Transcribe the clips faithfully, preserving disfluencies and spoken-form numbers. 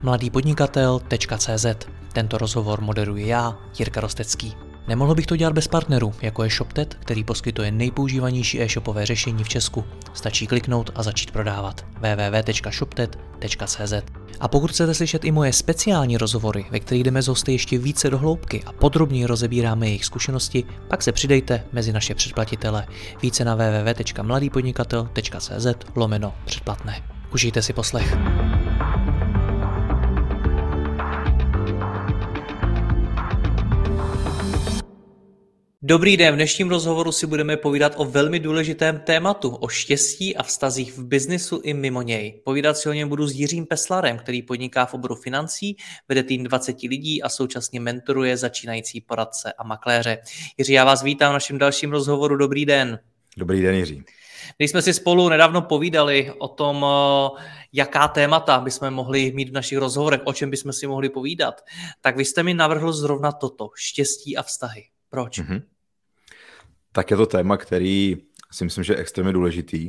mladýpodnikatel tečka cé zet. Tento rozhovor moderuji já, Jirka Rostecký. Nemohl bych to dělat bez partnerů, jako je ShopTet, který poskytuje nejpoužívanější e-shopové řešení v Česku. Stačí kliknout a začít prodávat. w w w tečka shoptet tečka cé zet. A pokud chcete slyšet i moje speciální rozhovory, ve kterých jdeme z hosty ještě více do hloubky a podrobněji rozebíráme jejich zkušenosti, pak se přidejte mezi naše předplatitele. Více na w w w tečka mladýpodnikatel tečka cé zet lomeno předplatné. Užijte si poslech. Dobrý den, v dnešním rozhovoru si budeme povídat o velmi důležitém tématu, o štěstí a vztazích v biznisu i mimo něj. Povídat si o něm budu s Jiřím Peslarem, který podniká v oboru financí, vede tým dvacet lidí a současně mentoruje začínající poradce a makléře. Jiří, já vás vítám v našem dalším rozhovoru. Dobrý den. Dobrý den, Jiří. Když jsme si spolu nedávno povídali o tom, jaká témata bychom mohli mít v našich rozhovorech, o čem bychom si mohli povídat, tak vy jste mi navrhl zrovna toto, štěstí a vztahy. Proč? Mm-hmm. Tak je to téma, který si myslím, že je extrémně důležitý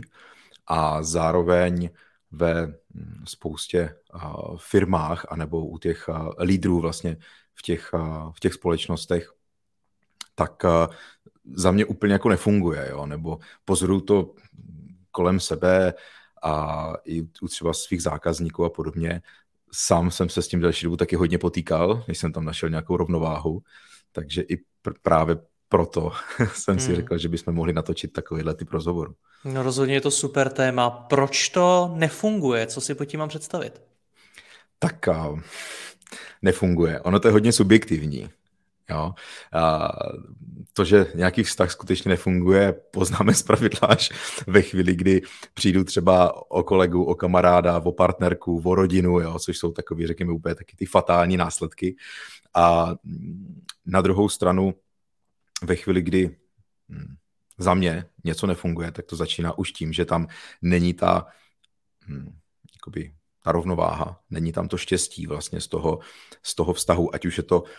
a zároveň ve spoustě uh, firmách anebo u těch uh, lídrů vlastně v těch, uh, v těch společnostech, tak uh, za mě úplně jako nefunguje, jo? Nebo pozoruju to kolem sebe a i u třeba svých zákazníků a podobně. Sám jsem se s tím další dobu taky hodně potýkal, než jsem tam našel nějakou rovnováhu, takže i pr- právě proto jsem si hmm. řekl, že bychom mohli natočit takovýhle typ rozhovoru. No rozhodně je to super téma. Proč to nefunguje? Co si pod tím mám představit? Tak uh, nefunguje. Ono to je hodně subjektivní. Jo? A to, že nějaký vztah skutečně nefunguje, poznáme zpravidla až ve chvíli, kdy přijdu třeba o kolegu, o kamaráda, o partnerku, o rodinu, jo? Což jsou takový, řekněme, úplně taky ty fatální následky. A na druhou stranu, ve chvíli, kdy hm, za mě něco nefunguje, tak to začíná už tím, že tam není ta, hm, jakoby, ta rovnováha, není tam to štěstí vlastně z toho, z toho vztahu, ať už je to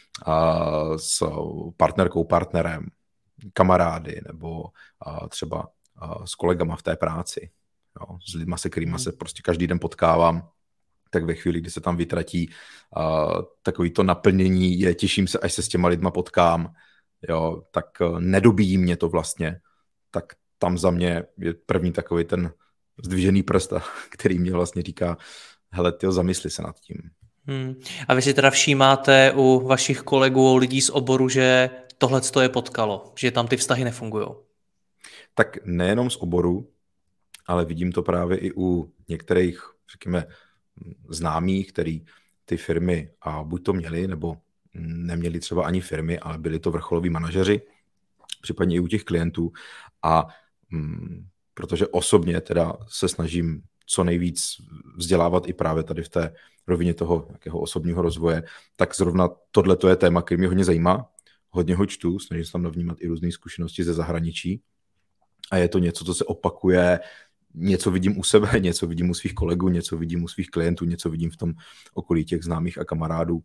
a, s partnerkou, partnerem, kamarády nebo a, třeba a, s kolegama v té práci, jo, s lidma, se kterýma se prostě každý den potkávám, tak ve chvíli, kdy se tam vytratí uh, takový to naplnění, je těším se, až se s těma lidma potkám, jo, tak uh, nedobíjí mě to vlastně, tak tam za mě je první takový ten zdvižený prst, který mě vlastně říká, hele, tyjo, zamysli se nad tím. Hmm. A vy si teda všímáte u vašich kolegů, u lidí z oboru, že tohleto je potkalo, že tam ty vztahy nefungujou? Tak nejenom z oboru, ale vidím to právě i u některých, řekněme, známých, který ty firmy a buď to měli, nebo neměli třeba ani firmy, ale byli to vrcholoví manažeři, případně i u těch klientů. A mm, protože osobně teda se snažím co nejvíc vzdělávat i právě tady v té rovině toho nějakého osobního rozvoje, tak zrovna tohle to je téma, který mě hodně zajímá, hodně ho čtu, snažím se tam navnímat i různé zkušenosti ze zahraničí. A je to něco, co se opakuje. Něco vidím u sebe, něco vidím u svých kolegů, něco vidím u svých klientů, něco vidím v tom okolí těch známých a kamarádů,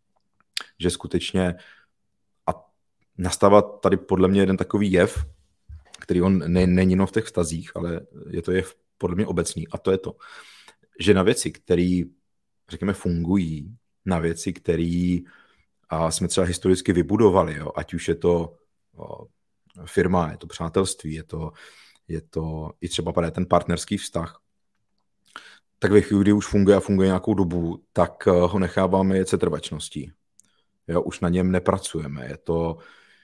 že skutečně a nastává tady podle mě jeden takový jev, který on ne, není jenom v těch vztazích, ale je to jev podle mě obecný, a to je to, že na věci, které, řekněme, fungují, na věci, které jsme třeba historicky vybudovali, jo, ať už je to o, firma, je to přátelství, je to je to i třeba právě ten partnerský vztah, tak ve chvíli, kdy už funguje a funguje nějakou dobu, tak ho necháváme jet se trvačností. Jo, už na něm nepracujeme. Je to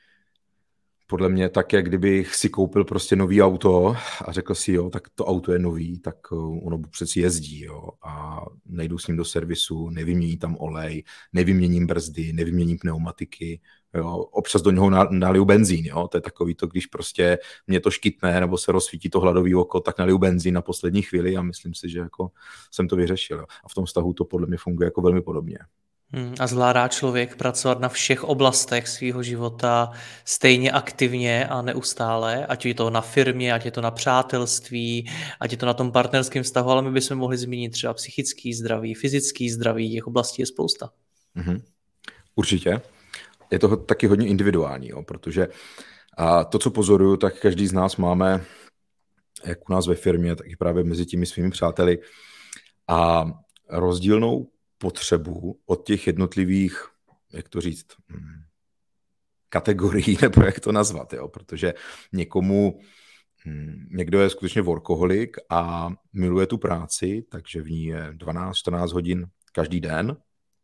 podle mě tak, jak kdybych si koupil prostě nový auto a řekl si, jo, tak to auto je nový, tak ono přeci jezdí, jo, a nejdu s ním do servisu, nevymění tam olej, nevyměním brzdy, nevyměním pneumatiky, jo, občas do něho naliju benzín, jo, to je takový to, když prostě mě to škytne nebo se rozsvítí to hladový oko, tak naliju benzín na poslední chvíli a myslím si, že jako jsem to vyřešil, jo. A v tom vztahu to podle mě funguje jako velmi podobně. Hmm, a zvládá člověk pracovat na všech oblastech svého života stejně aktivně a neustále, ať je to na firmě, ať je to na přátelství, ať je to na tom partnerském vztahu, ale my bychom mohli zmínit třeba psychický zdraví, fyzický zdraví, těch oblastí je spousta. Mm-hmm. Určitě. Je to taky hodně individuální, jo, protože a to, co pozoruju, tak každý z nás máme, jak u nás ve firmě, tak i právě mezi těmi svými přáteli, a rozdílnou potřebu od těch jednotlivých, jak to říct, kategorií, nebo jak to nazvat, jo? Protože někomu, někdo je skutečně workoholik a miluje tu práci, takže v ní je dvanáct čtrnáct hodin každý den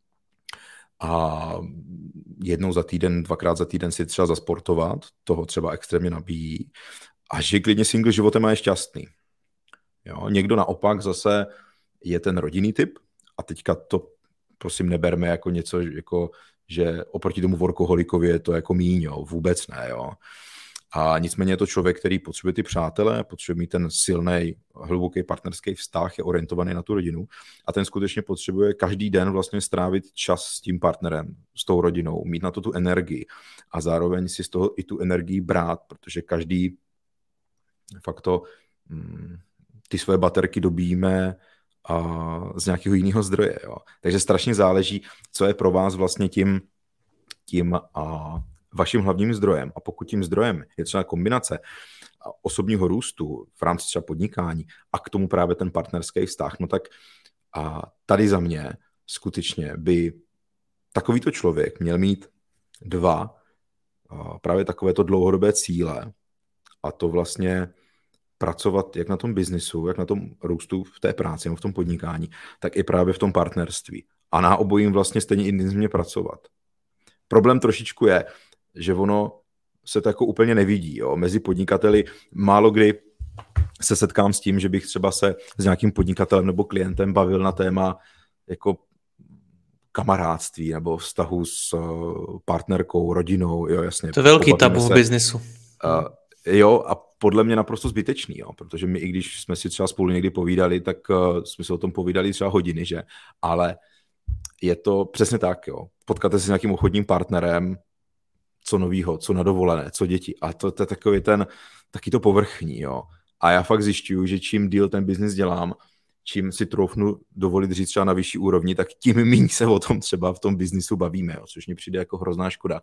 a jednou za týden, dvakrát za týden si třeba zasportovat, toho třeba extrémně nabíjí a že klidně single životem a je šťastný. Jo? Někdo naopak zase je ten rodinný typ a teďka to prosím neberme jako něco, jako, že oproti tomu workoholikovi je to jako míň, jo? Vůbec ne. Jo? A nicméně je to člověk, který potřebuje ty přátelé, potřebuje mít ten silný, hluboký partnerský vztah, je orientovaný na tu rodinu a ten skutečně potřebuje každý den vlastně strávit čas s tím partnerem, s tou rodinou, mít na to tu energii a zároveň si z toho i tu energii brát, protože každý fakt to, ty svoje baterky dobíjíme a z nějakého jiného zdroje. Jo. Takže strašně záleží, co je pro vás vlastně tím, tím a vaším hlavním zdrojem. A pokud tím zdrojem je třeba kombinace osobního růstu v rámci třeba podnikání a k tomu právě ten partnerský vztah, no tak a tady za mě skutečně by takovýto člověk měl mít dva právě takovéto dlouhodobé cíle a to vlastně pracovat jak na tom biznisu, jak na tom růstu v té práci, v tom podnikání, tak i právě v tom partnerství. A na obojím vlastně stejně intenzivně pracovat. Problém trošičku je, že ono se to jako úplně nevidí. Jo. Mezi podnikateli málo kdy se setkám s tím, že bych třeba se s nějakým podnikatelem nebo klientem bavil na téma jako kamarádství nebo vztahu s partnerkou, rodinou. Jo, jasně. To je velký tabu v biznisu. Uh, jo, a podle mě naprosto zbytečný, jo, protože my, i když jsme si třeba spolu někdy povídali, tak uh, jsme si o tom povídali třeba hodiny, že? Ale je to přesně tak, jo. Potkáte se s nějakým obchodním partnerem, co novýho, co na dovolené, co děti. A to, to je takový ten, taky to povrchní, jo. A já fakt zjišťuju, že čím díl ten biznis dělám, čím si troufnu dovolit říct třeba na vyšší úrovni, tak tím méně se o tom třeba v tom biznisu bavíme, jo, což mi přijde jako hrozná škoda.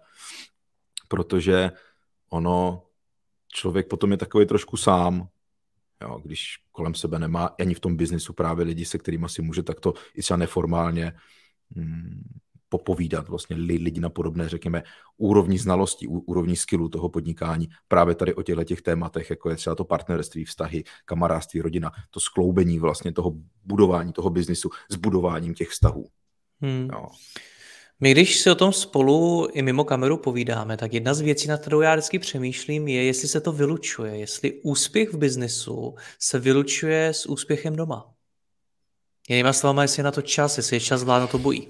Protože ono, člověk potom je takový trošku sám, jo, když kolem sebe nemá ani v tom biznisu právě lidi, se kterými si může takto i třeba neformálně hmm, popovídat vlastně lidi na podobné, řekněme, úrovni znalostí, úrovni skillu toho podnikání, právě tady o těchto těch tématech, jako je třeba to partnerství, vztahy, kamarádství, rodina, to skloubení vlastně toho budování toho biznisu s budováním těch vztahů. Hmm. Jo. My, když si o tom spolu i mimo kameru povídáme, tak jedna z věcí, na kterou já vždycky přemýšlím, je, jestli se to vylučuje, jestli úspěch v biznesu se vylučuje s úspěchem doma. Jinýma slovama, jestli je na to čas, jestli je čas zvládnout to bojí.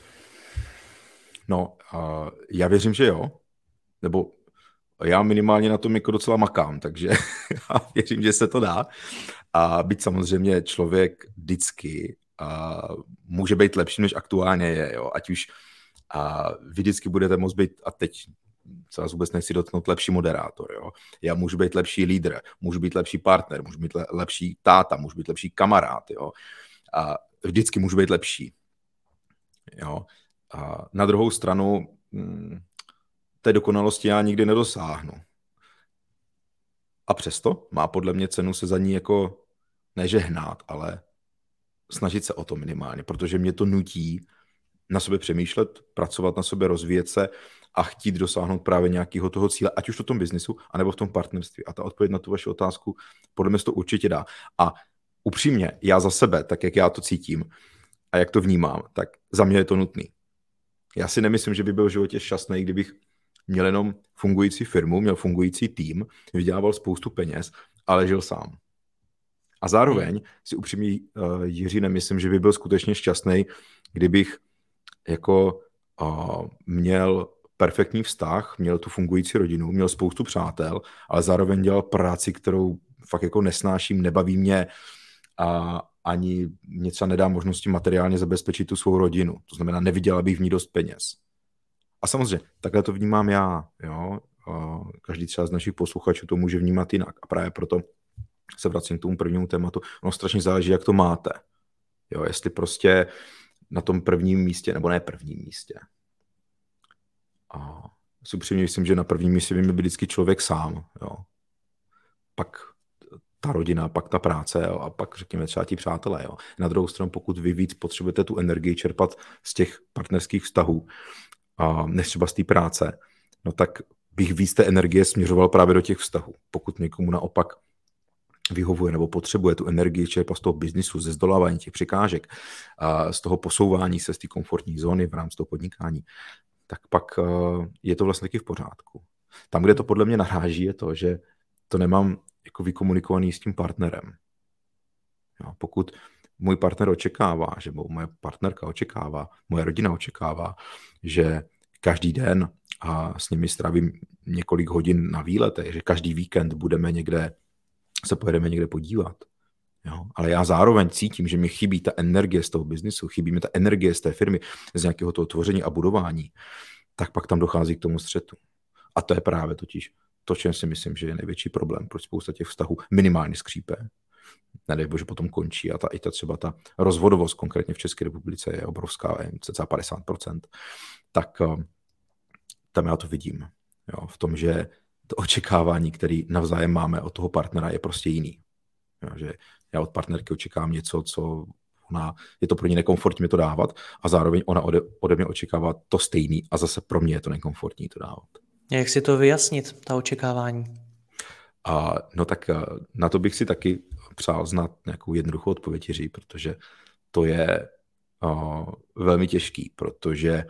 No, uh, já věřím, že jo. Nebo já minimálně na tom jako docela makám, takže já věřím, že se to dá. A být samozřejmě člověk vždycky uh, může být lepší, než aktuálně je. Jo. Ať už a vy vždycky budete moct být, a teď se vás vůbec nechci dotknout, lepší moderátor. Jo. Já můžu být lepší lídr, můžu být lepší partner, můžu být le- lepší táta, můžu být lepší kamarád. Jo. A vždycky můžu být lepší. Jo. A na druhou stranu hm, té dokonalosti já nikdy nedosáhnu. A přesto má podle mě cenu se za ní jako nežehnat, ale snažit se o to minimálně, protože mě to nutí na sobě přemýšlet, pracovat na sobě, rozvíjet se a chtít dosáhnout právě nějakého toho cíle, ať už v tom biznisu, anebo v tom partnerství. A ta odpověď na tu vaši otázku podle mě to určitě dá. A upřímně, já za sebe, tak jak já to cítím a jak to vnímám, tak za mě je to nutný. Já si nemyslím, že by byl v životě šťastný, kdybych měl jenom fungující firmu, měl fungující tým, vydělával spoustu peněz, ale žil sám. A zároveň si upřímně, uh, Jiří, nemyslím, že by byl skutečně šťastný, kdybych jako uh, měl perfektní vztah, měl tu fungující rodinu, měl spoustu přátel, ale zároveň dělal práci, kterou fakt jako nesnáším, nebaví mě a ani mě třeba nedá možnosti materiálně zabezpečit tu svou rodinu. To znamená, nevydělal bych v ní dost peněz. A samozřejmě, takhle to vnímám já. Jo? Každý třeba z našich posluchačů to může vnímat jinak. A právě proto se vracím k tomu prvnímu tématu. Ono strašně záleží, jak to máte. Jo? Jestli prostě na tom prvním místě, nebo ne prvním místě. A si upřímně myslím, že na prvním místě by měl být vždycky člověk sám. Jo? Pak ta rodina, pak ta práce, jo, a pak řekněme třeba ti přátelé. Jo. Na druhou stranu, pokud vy víc potřebujete tu energii čerpat z těch partnerských vztahů, a než třeba z té práce, no tak bych víc té energie směřoval právě do těch vztahů. Pokud někomu naopak vyhovuje nebo potřebuje tu energii čerpat z toho biznisu, ze zdolávání těch překážek, a z toho posouvání se z té komfortní zóny v rámci toho podnikání, tak pak je to vlastně taky v pořádku. Tam, kde to podle mě naráží, je to, že to nemám jako vykomunikovaný s tím partnerem. Jo, pokud můj partner očekává, že moje partnerka očekává, moje rodina očekává, že každý den a s nimi strávím několik hodin na výletech, že každý víkend budeme někde, se pojedeme někde podívat. Jo? Ale já zároveň cítím, že mi chybí ta energie z toho biznisu, chybí mi ta energie z té firmy, z nějakého toho tvoření a budování, tak pak tam dochází k tomu střetu. A to je právě totiž to, čem si myslím, že je největší problém, proč spousta těch vztahů minimálně skřípe. Nedej bože, potom končí a ta, i ta třeba ta rozvodovost konkrétně v České republice je obrovská, je cca padesát procent. Tak tam já to vidím. Jo, v tom, že to očekávání, které navzájem máme od toho partnera, je prostě jiný. Jo, že já od partnerky očekávám něco, co ona, je to pro ní nekomfortní mi to dávat a zároveň ona ode, ode mě očekává to stejný a zase pro mě je to nekomfortní to dávat. Jak si to vyjasnit, ta očekávání? A, no tak na to bych si taky přál znát nějakou jednoduchou odpověď, Jiří, protože to je uh, velmi těžký, protože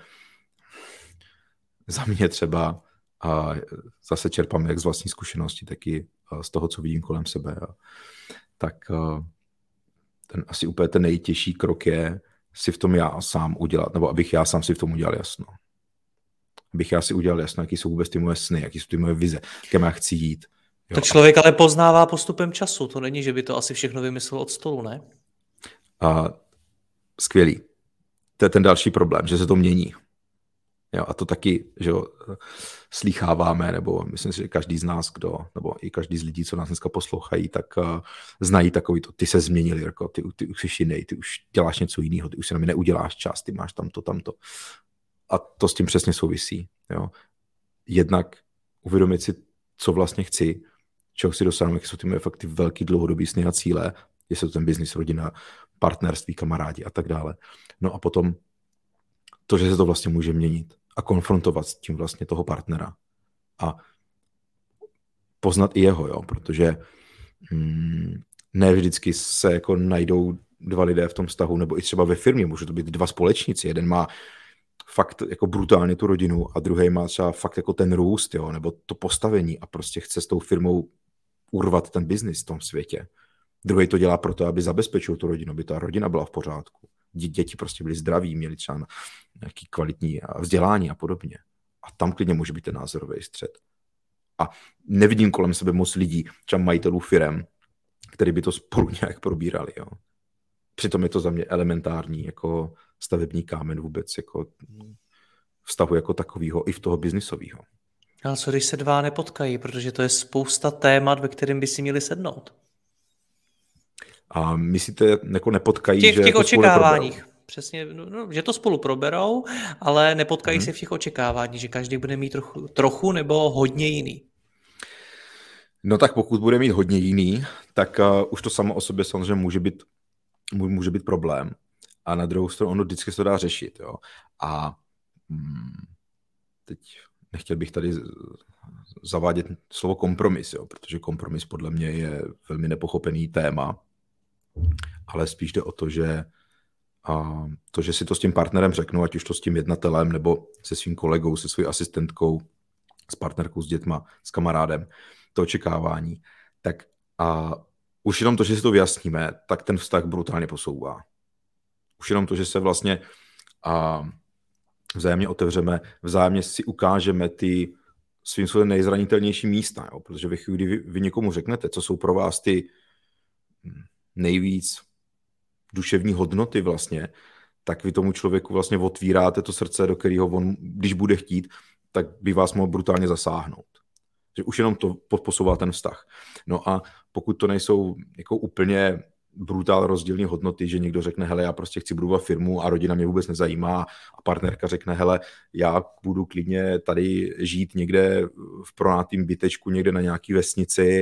za mě třeba a zase čerpám jak z vlastní zkušenosti, tak i z toho, co vidím kolem sebe. A tak ten, asi úplně ten nejtěžší krok je si v tom já sám udělat, nebo abych já sám si v tom udělal jasno. Abych já si udělal jasno, jaký jsou vůbec ty moje sny, jaký jsou ty moje vize, kam já chci jít. Jo. To člověk ale poznává postupem času, to není, že by to asi všechno vymyslel od stolu, ne? A skvělý. To je ten další problém, že se to mění. Jo, a to taky, že jo, slýcháváme, nebo myslím si, že každý z nás, kdo, nebo i každý z lidí, co nás dneska poslouchají, tak uh, znají takový to, ty se změnili, jako, ty, ty už jsi jiný, ty už děláš něco jiného, ty už si na mě neuděláš čas, ty máš tamto, tamto. A to s tím přesně souvisí. Jo. Jednak uvědomit si, co vlastně chci, čeho chci dosáhnout, jaké jsou ty moje fakt ty velký dlouhodobý sny a cíle, jestli to ten biznis, rodina, partnerství, kamarádi a tak dále. No a potom to, že se to vlastně může měnit a konfrontovat s tím vlastně toho partnera a poznat i jeho, jo, protože mm, ne vždycky se jako najdou dva lidé v tom vztahu, nebo i třeba ve firmě, může to být dva společníci, jeden má fakt jako brutálně tu rodinu a druhý má třeba fakt jako ten růst, jo, nebo to postavení a prostě chce s tou firmou urvat ten biznis v tom světě. Druhý to dělá proto, aby zabezpečil tu rodinu, aby ta rodina byla v pořádku. Děti prostě byly zdraví, měli třeba nějaký kvalitní vzdělání a podobně. A tam klidně může být ten názorový střet. A nevidím kolem sebe moc lidí, třeba majitelů firem, který by to spolu nějak probírali. Jo. Přitom je to za mě elementární jako stavební kámen vůbec jako vztahu jako takového i v toho biznisového. Ale co když se dva nepotkají, protože to je spousta témat, ve kterém by si měli sednout. A myslíte, jako nepotkají, těch, že v těch to očekáváních. Přesně, no, že to spolu proberou, ale nepotkají hmm. se v těch očekávání, že každý bude mít trochu, trochu nebo hodně jiný. No tak pokud bude mít hodně jiný, tak uh, už to samo o sobě samozřejmě může být, může být problém. A na druhou stranu ono vždycky se to dá řešit. Jo. A hmm, teď nechtěl bych tady zavádět slovo kompromis, jo, protože kompromis podle mě je velmi nepochopený téma, ale spíš jde o to, že a to, že si to s tím partnerem řeknu, ať už to s tím jednatelem, nebo se svým kolegou, se svou asistentkou, s partnerkou, s dětma, s kamarádem, to očekávání, tak a už jenom to, že si to vyjasníme, tak ten vztah brutálně posouvá. Už jenom to, že se vlastně a vzájemně otevřeme, vzájemně si ukážeme ty svým svým nejzranitelnější místa, jo? Protože ve chvíli, kdy vy, vy někomu řeknete, co jsou pro vás ty nejvíc duševní hodnoty vlastně, tak vy tomu člověku vlastně otvíráte to srdce, do kterého on, když bude chtít, tak by vás mohl brutálně zasáhnout. Že už jenom to posouvá ten vztah. No a pokud to nejsou jako úplně brutál rozdílné hodnoty, že někdo řekne, hele, já prostě chci budovat firmu a rodina mě vůbec nezajímá a partnerka řekne, hele, já budu klidně tady žít někde v pronátým bytečku, někde na nějaký vesnici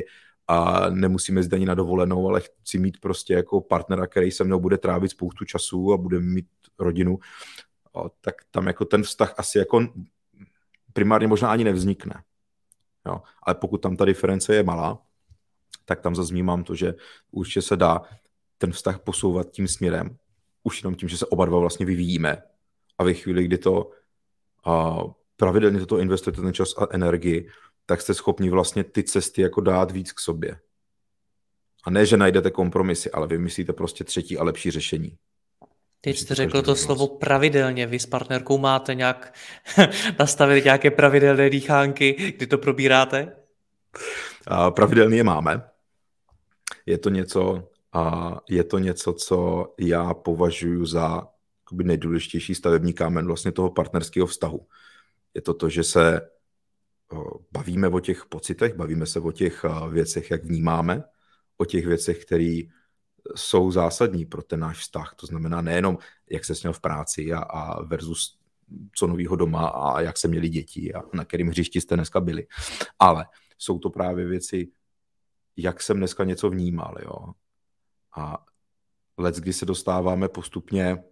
a nemusíme jít ani na dovolenou, ale chci mít prostě jako partnera, který se mnou bude trávit spoustu času a bude mít rodinu, tak tam jako ten vztah asi jako primárně možná ani nevznikne. Jo. Ale pokud tam ta diference je malá, tak tam zase vnímám to, že určitě se dá ten vztah posouvat tím směrem, už jenom tím, že se oba dva vlastně vyvíjíme a ve chvíli, kdy to a pravidelně toto investujete ten čas a energii, tak jste schopni vlastně ty cesty jako dát víc k sobě. A ne, že najdete kompromisy, ale vymyslíte prostě třetí a lepší řešení. Teď jste řekl to slovo pravidelně. Vy s partnerkou máte nějak nastavili nějaké pravidelné dýchánky, kdy to probíráte? A pravidelně je máme. Je to něco, a je to něco, co já považuji za nejdůležitější stavební kámen vlastně toho partnerského vztahu. Je to to, že se bavíme o těch pocitech, bavíme se o těch věcech, jak vnímáme, o těch věcech, které jsou zásadní pro ten náš vztah. To znamená nejenom, jak se směl v práci a, a versus co novýho doma a jak se měli děti a na kterým hřišti jste dneska byli. Ale jsou to právě věci, jak jsem dneska něco vnímal. Jo? A let, kdy se dostáváme postupně,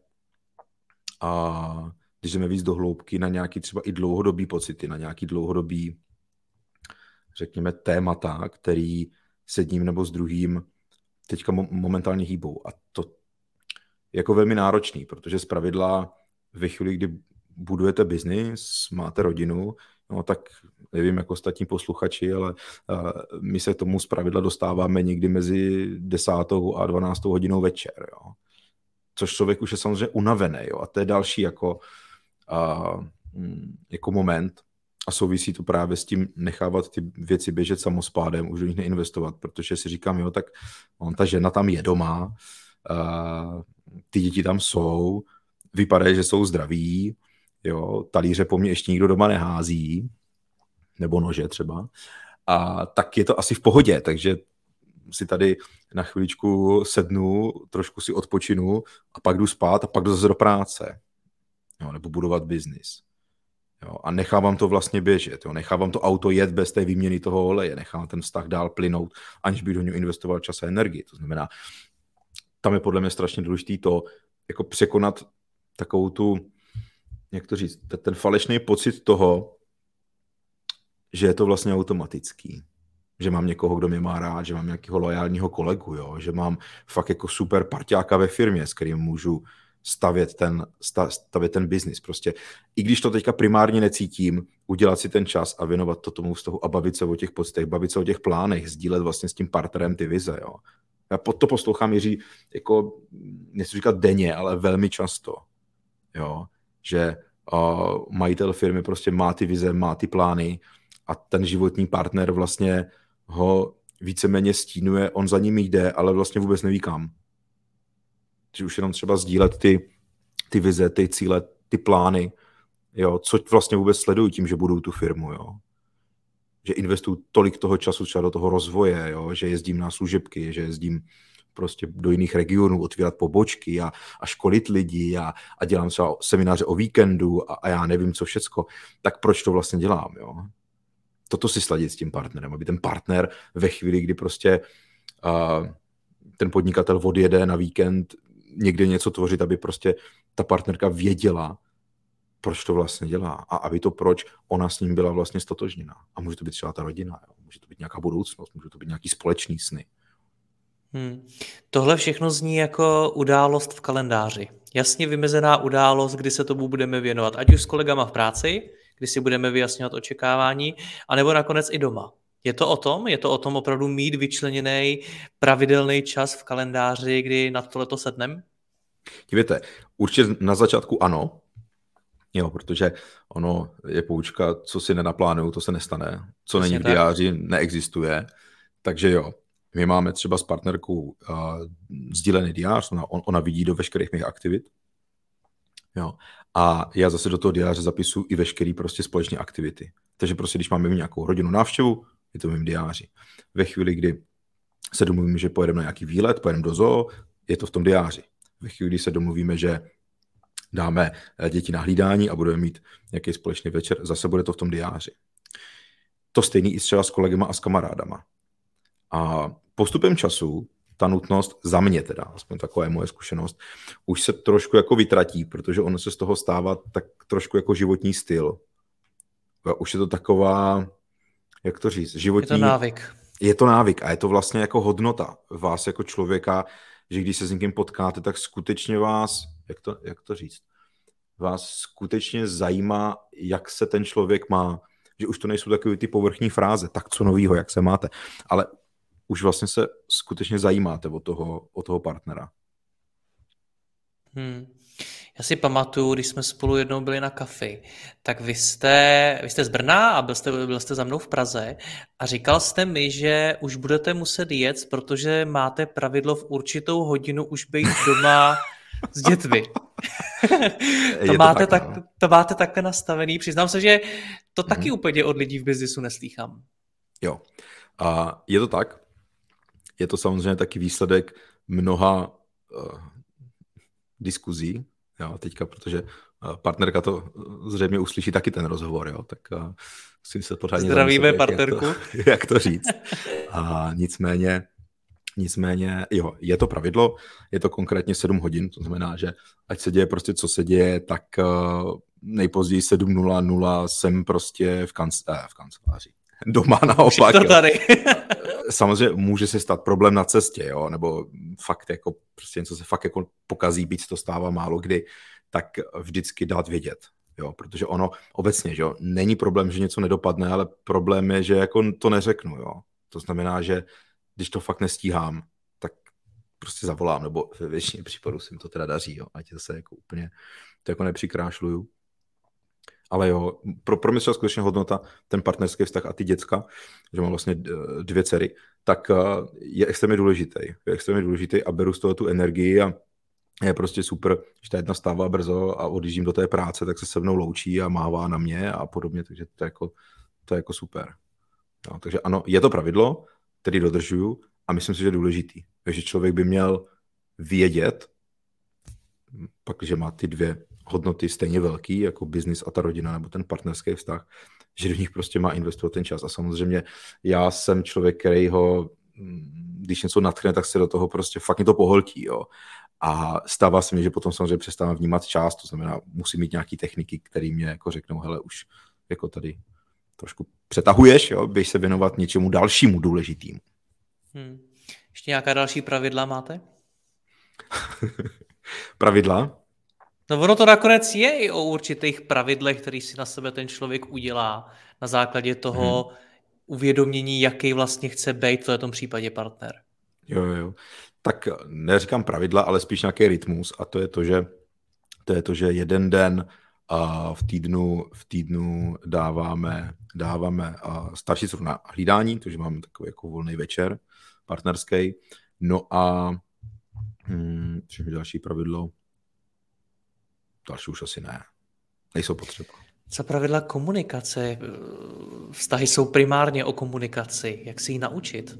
a když jdeme víc do hloubky na nějaký třeba i dlouhodobý pocity, na nějaký dlouhodobý, řekněme, témata, který s jedním nebo s druhým teďka momentálně hýbou. A to je jako velmi náročný, protože zpravidla ve chvíli, kdy budujete biznis, máte rodinu, no tak nevím, jako ostatní posluchači, ale uh, my se tomu zpravidla dostáváme někdy mezi desátou a dvanáctou hodinou večer, jo. Což člověk už je samozřejmě unavený, jo. A to je další jako, uh, jako moment a souvisí to právě s tím nechávat ty věci běžet samospádem, už do nich neinvestovat, protože si říkám, jo, tak on, ta žena tam je doma, uh, ty děti tam jsou, vypadají, že jsou zdraví, jo, talíře po mně ještě nikdo doma nehází, nebo nože třeba, a tak je to asi v pohodě, takže si tady na chviličku sednu, trošku si odpočinu a pak jdu spát a pak jdu zase do práce, jo, nebo budovat biznis. Jo, a nechávám to vlastně běžet, jo, nechávám to auto jet bez té výměny toho oleje, nechávám ten vztah dál plynout, aniž bych do něj investoval čas a energii. To znamená, tam je podle mě strašně důležitý to, jako překonat takovou tu, jak to říct, ten falešný pocit toho, že je to vlastně automatický. Že mám někoho, kdo mě má rád, že mám nějakého lojálního kolegu, jo? Že mám fakt jako super parťáka ve firmě, s kterým můžu stavět ten, stavět ten biznis. Prostě i když to teďka primárně necítím, udělat si ten čas a věnovat to tomu vztahu a bavit se o těch pocitech, bavit se o těch plánech, sdílet vlastně s tím partnerem ty vize, jo? Já pod to poslouchám Jiří, jako, nechci říkat denně, ale velmi často, jo? Že uh, majitel firmy prostě má ty vize, má ty plány a ten životní partner vlastně ho víceméně stínuje, on za ním jde, ale vlastně vůbec neví kam. Že už jenom třeba sdílet ty, ty vize, ty cíle, ty plány, jo, co vlastně vůbec sledují tím, že budou tu firmu, jo. Že investuju tolik toho času třeba do toho rozvoje, jo, že jezdím na služebky, že jezdím prostě do jiných regionů, otvírat pobočky a, a školit lidi a, a dělám třeba semináře o víkendu a, a já nevím, co všecko. Tak proč to vlastně dělám, jo? Toto si sladit s tím partnerem, aby ten partner ve chvíli, kdy prostě uh, ten podnikatel odjede na víkend někde něco tvořit, aby prostě ta partnerka věděla, proč to vlastně dělá a aby to proč ona s ním byla vlastně stotožněná. A může to být třeba ta rodina, jo? Může to být nějaká budoucnost, může to být nějaký společný sny. Hmm. Tohle všechno zní jako událost v kalendáři. Jasně vymezená událost, kdy se tomu budeme věnovat, ať už s kolegama v práci, kdy si budeme vyjasňovat očekávání, anebo nakonec i doma. Je to o tom? Je to o tom opravdu mít vyčleněný pravidelný čas v kalendáři, kdy nad tohleto sednem? Dívejte, určitě na začátku ano, jo, protože ono je poučka, co si nenaplánuju, to se nestane. Co Přesně není v diáři, neexistuje. Takže jo, my máme třeba s partnerkou uh, sdílený diář, ona, on, ona vidí do veškerých mých aktivit. Jo. A já zase do toho diáře zapisuju i veškeré prostě společné aktivity. Takže prostě, když máme nějakou rodinnou návštěvu, je to v mém diáři. Ve chvíli, kdy se domluvíme, že pojedeme na nějaký výlet, pojedeme do zoo, je to v tom diáři. Ve chvíli, kdy se domluvíme, že dáme děti na hlídání a budeme mít nějaký společný večer, zase bude to v tom diáři. To stejný i třeba s kolegama a s kamarádama. A postupem času ta nutnost za mě teda, aspoň taková je moje zkušenost, už se trošku jako vytratí, protože ono se z toho stává tak trošku jako životní styl. Už je to taková, jak to říct, životní... Je to návyk. Je to návyk a je to vlastně jako hodnota vás jako člověka, že když se s někým potkáte, tak skutečně vás, jak to, jak to říct, vás skutečně zajímá, jak se ten člověk má, že už to nejsou takové ty povrchní fráze, tak co novýho, jak se máte, ale už vlastně se skutečně zajímáte o toho, o toho partnera. Hmm. Já si pamatuju, když jsme spolu jednou byli na kafi, tak vy jste, vy jste z Brna a byl jste, byl jste za mnou v Praze a říkal jste mi, že už budete muset jet, protože máte pravidlo v určitou hodinu už být doma s dětmi. to, máte tak, tak, to máte takhle nastavený. Přiznám se, že to taky hmm. úplně od lidí v biznisu neslýchám. Jo. A je to tak. Je to samozřejmě taky výsledek mnoha uh, diskuzí. Jo, teďka, protože partnerka to zřejmě uslyší taky ten rozhovor, jo, tak uh, musím se pořádně zdravíme zamyslet, partnerku. Jak to, jak to říct. A nicméně, nicméně, jo, je to pravidlo, je to konkrétně sedm hodin, to znamená, že ať se děje prostě, co se děje, tak uh, nejpozději sedm nula nula jsem prostě v, kanc- eh, v kanceláři. Doma naopak. To tady. Samozřejmě může se stát problém na cestě, jo, nebo fakt jako prostě něco se fakt jako pokazí, byť to stává málo kdy, tak vždycky dát vědět, jo, protože ono obecně, že jo, není problém, že něco nedopadne, ale problém je, že jako to neřeknu, jo. To znamená, že když to fakt nestíhám, tak prostě zavolám, nebo ve většině případů se mi to teda daří, jo, ať se jako úplně to jako nepřikrášluju. Ale jo, pro, pro mě třeba skutečně hodnota, ten partnerský vztah a ty děcka, že mám vlastně dvě dcery, tak je extrémně důležitý. Je extrémně důležitý a beru z toho tu energii a je prostě super, že ta jedna stává brzo a odjíždím do té práce, tak se se mnou loučí a mává na mě a podobně, takže to je jako, to je jako super. No, takže ano, je to pravidlo, který dodržuju a myslím si, že je důležitý. Takže člověk by měl vědět, pak, že má ty dvě hodnoty stejně velký, jako biznis a ta rodina, nebo ten partnerský vztah, že do nich prostě má investovat ten čas. A samozřejmě já jsem člověk, který ho, když něco natchne, tak se do toho prostě fakt mě to poholtí, jo. A stává se mi, že potom samozřejmě přestávám vnímat čas, to znamená, musím mít nějaký techniky, které mě jako řeknou, hele, už jako tady trošku přetahuješ, jo, běž se věnovat něčemu dalšímu důležitému. Hmm. Ještě nějaká další pravidla máte? Pravidla? No ono to nakonec je i o určitých pravidlech, který si na sebe ten člověk udělá na základě toho hmm. uvědomění, jaký vlastně chce být v tom případě partner. Jo, jo. Tak neříkám pravidla, ale spíš nějaký rytmus a to je to, že, to je to, že jeden den a v týdnu, v týdnu dáváme, dáváme staršicu na hlídání, takže máme takový jako volný večer partnerský. No a hmm, další pravidlo, další už asi ne. Nejsou potřeba. Co pravidla komunikace? Vztahy jsou primárně o komunikaci. Jak si ji naučit?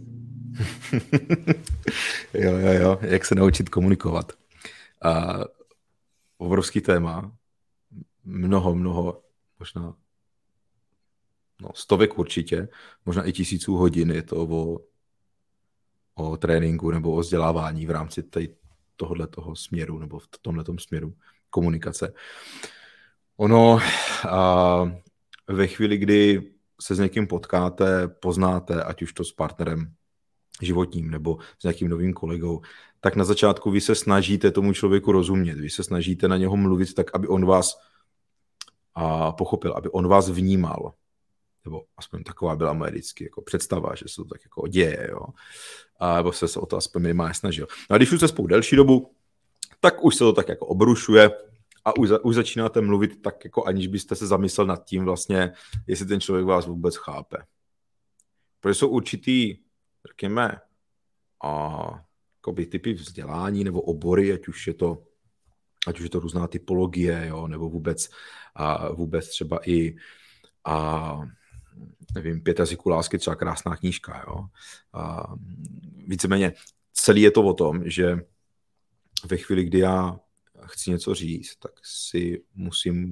jo, jo, jo. Jak se naučit komunikovat. A obrovský téma. Mnoho, mnoho, možná no, stovek určitě, možná i tisíců hodin je to o, o tréninku nebo o vzdělávání v rámci tohohle toho směru nebo v tomhletom směru komunikace. Ono a ve chvíli, kdy se s někým potkáte, poznáte, ať už to s partnerem životním nebo s nějakým novým kolegou, tak na začátku vy se snažíte tomu člověku rozumět, vy se snažíte na něho mluvit tak, aby on vás a pochopil, aby on vás vnímal. Nebo aspoň taková byla moje vždycky jako představa, že se to tak jako děje, jo. A nebo se, se o to aspoň minimálně snažil. No a když už jste spolu delší dobu, tak už se to tak jako obrušuje a už, za, už začínáte mluvit tak jako aniž byste se zamyslel nad tím vlastně, jestli ten člověk vás vůbec chápe. Protože jsou určitý, řekněme, a, jakoby typy vzdělání nebo obory, ať už je to, ať už je to různá typologie, jo, nebo vůbec, a, vůbec třeba i a, nevím, Pět jazyků lásky, třeba krásná knížka, jo. A, víceméně celý je to o tom, že ve chvíli, kdy já chci něco říct, tak si musím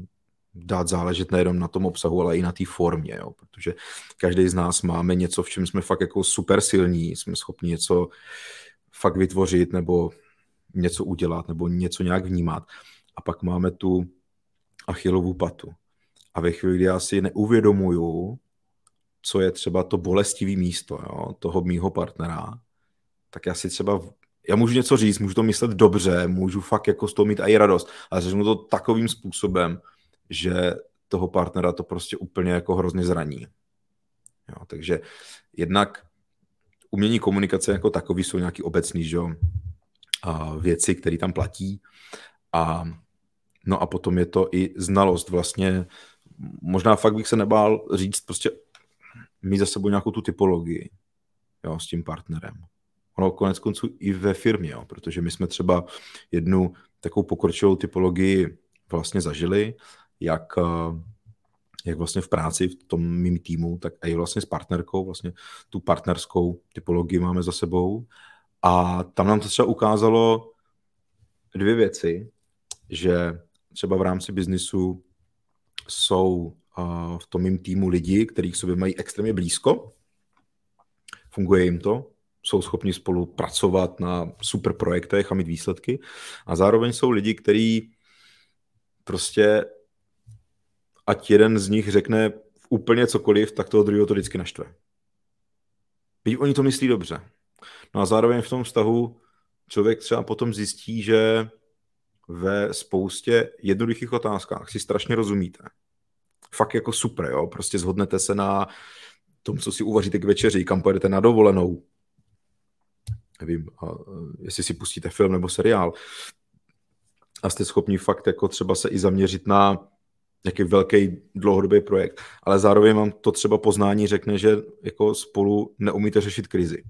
dát záležet nejenom na tom obsahu, ale i na té formě, jo? Protože každý z nás máme něco, v čem jsme fakt jako super silní, jsme schopni něco fakt vytvořit nebo něco udělat nebo něco nějak vnímat. A pak máme tu Achillovu patu. A ve chvíli, kdy já si neuvědomuju, co je třeba to bolestivý místo, jo, toho mýho partnera, tak já si třeba, já můžu něco říct, můžu to myslet dobře, můžu fakt jako z toho mít i radost, ale řeknu to takovým způsobem, že toho partnera to prostě úplně jako hrozně zraní. Jo, takže jednak umění komunikace jako takový jsou nějaký obecný, že jo, a věci, které tam platí. A no a potom je to i znalost vlastně, možná fakt bych se nebál říct, prostě mít za sebou nějakou tu typologii, jo, s tím partnerem. Ono konec konců i ve firmě, jo, protože my jsme třeba jednu takovou pokročilou typologii vlastně zažili, jak, jak vlastně v práci v tom mým týmu, tak i vlastně s partnerkou, vlastně tu partnerskou typologii máme za sebou. A tam nám to třeba ukázalo dvě věci, že třeba v rámci biznisu jsou v tom mým týmu lidi, kteří k sobě mají extrémně blízko, funguje jim to, jsou schopni spolu pracovat na super projektech a mít výsledky. A zároveň jsou lidi, kteří prostě, ať jeden z nich řekne úplně cokoliv, tak toho druhého to vždycky naštve. Byť oni to myslí dobře. No a zároveň v tom vztahu člověk třeba potom zjistí, že ve spoustě jednoduchých otázkách si strašně rozumíte. Fakt jako super, jo? Prostě shodnete se na tom, co si uvaříte k večeři, kam pojedete na dovolenou. Nevím, jestli si pustíte film nebo seriál. A jste schopni fakt jako třeba se i zaměřit na nějaký velký dlouhodobý projekt. Ale zároveň vám to třeba poznání řekne, že jako spolu neumíte řešit krizi.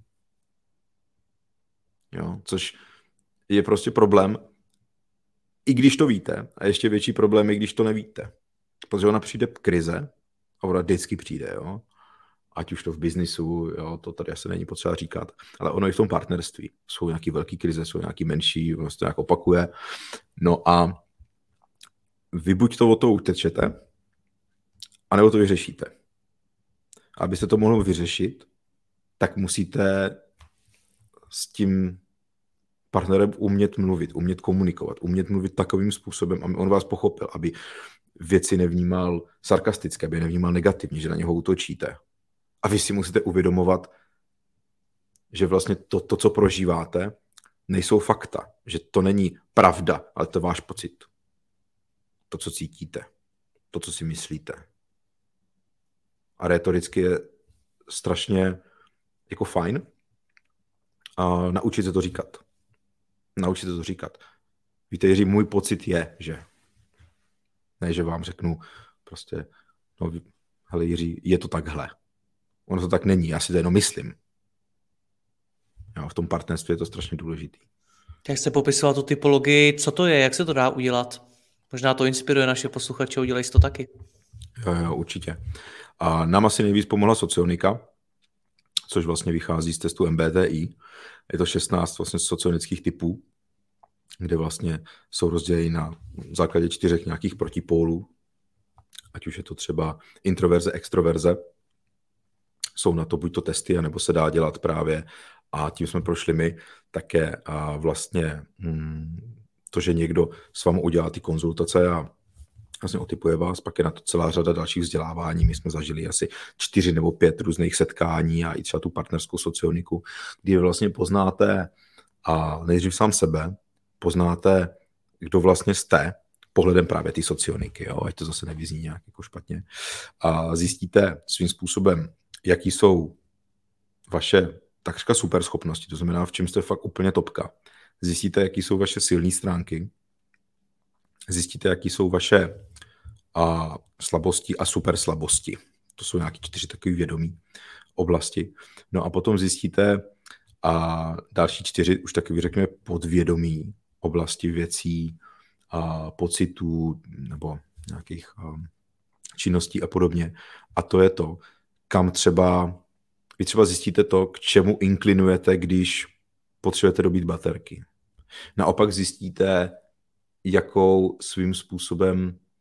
Jo? Což je prostě problém, i když to víte. A ještě větší problém je, když to nevíte. Protože ona přijde krize, a ona vždycky přijde, jo. Ať už to v biznisu, jo, to tady asi není potřeba říkat, ale ono i v tom partnerství. Jsou nějaký velký krize, jsou nějaký menší, ono se to nějak opakuje. No a vy buď to o to utečete, anebo to vyřešíte. A abyste to mohli vyřešit, tak musíte s tím partnerem umět mluvit, umět komunikovat, umět mluvit takovým způsobem, aby on vás pochopil, aby věci nevnímal sarkasticky, aby nevnímal negativně, že na něho útočíte. A vy si musíte uvědomovat, že vlastně to, to, co prožíváte, nejsou fakta, že to není pravda, ale to je váš pocit. To, co cítíte, to, co si myslíte. A rétoricky je strašně jako fajn a naučit se to říkat. Naučit se to říkat. Víte, Jiří, můj pocit je, že ne, že vám řeknu prostě, no, hele Jiří, je to takhle. Ono to tak není, já si to jenom myslím. Jo, v tom partnerství je to strašně důležitý. Jak jste popisoval tu typologii, co to je, jak se to dá udělat? Možná to inspiruje naše posluchače, udělej si to taky. Jo, jo, určitě. A nám asi nejvíc pomohla socionika, což vlastně vychází z testu M B T I. Je to šestnáct vlastně socionických typů, kde vlastně jsou rozděleny na základě čtyřech nějakých protipólů, ať už je to třeba introverze, extroverze. Jsou na to buď to testy, anebo se dá dělat právě, a tím jsme prošli my, také a vlastně hmm, to, že někdo s vámi udělá ty konzultace a vlastně otypuje vás, pak je na to celá řada dalších vzdělávání. My jsme zažili asi čtyři nebo pět různých setkání a i třeba tu partnerskou socioniku, kdy vlastně poznáte a nejdřív sám sebe, poznáte, kdo vlastně jste, pohledem právě ty socioniky, jo, ať to zase nevyzní nějak jako špatně. A zjistíte svým způsobem, jaký jsou vaše takřka super schopnosti, to znamená, v čem jste fakt úplně topka. Zjistíte, jaký jsou vaše silné stránky, zjistíte, jaký jsou vaše a, slabosti a super slabosti. To jsou nějaké čtyři takové vědomí oblasti. No a potom zjistíte a další čtyři už taky řekněme podvědomí oblasti věcí a pocitů nebo nějakých um, činností a podobně. A to je to, kam třeba, vy třeba zjistíte to, k čemu inklinujete, když potřebujete dobít baterky. Naopak zjistíte, jakou svým způsobem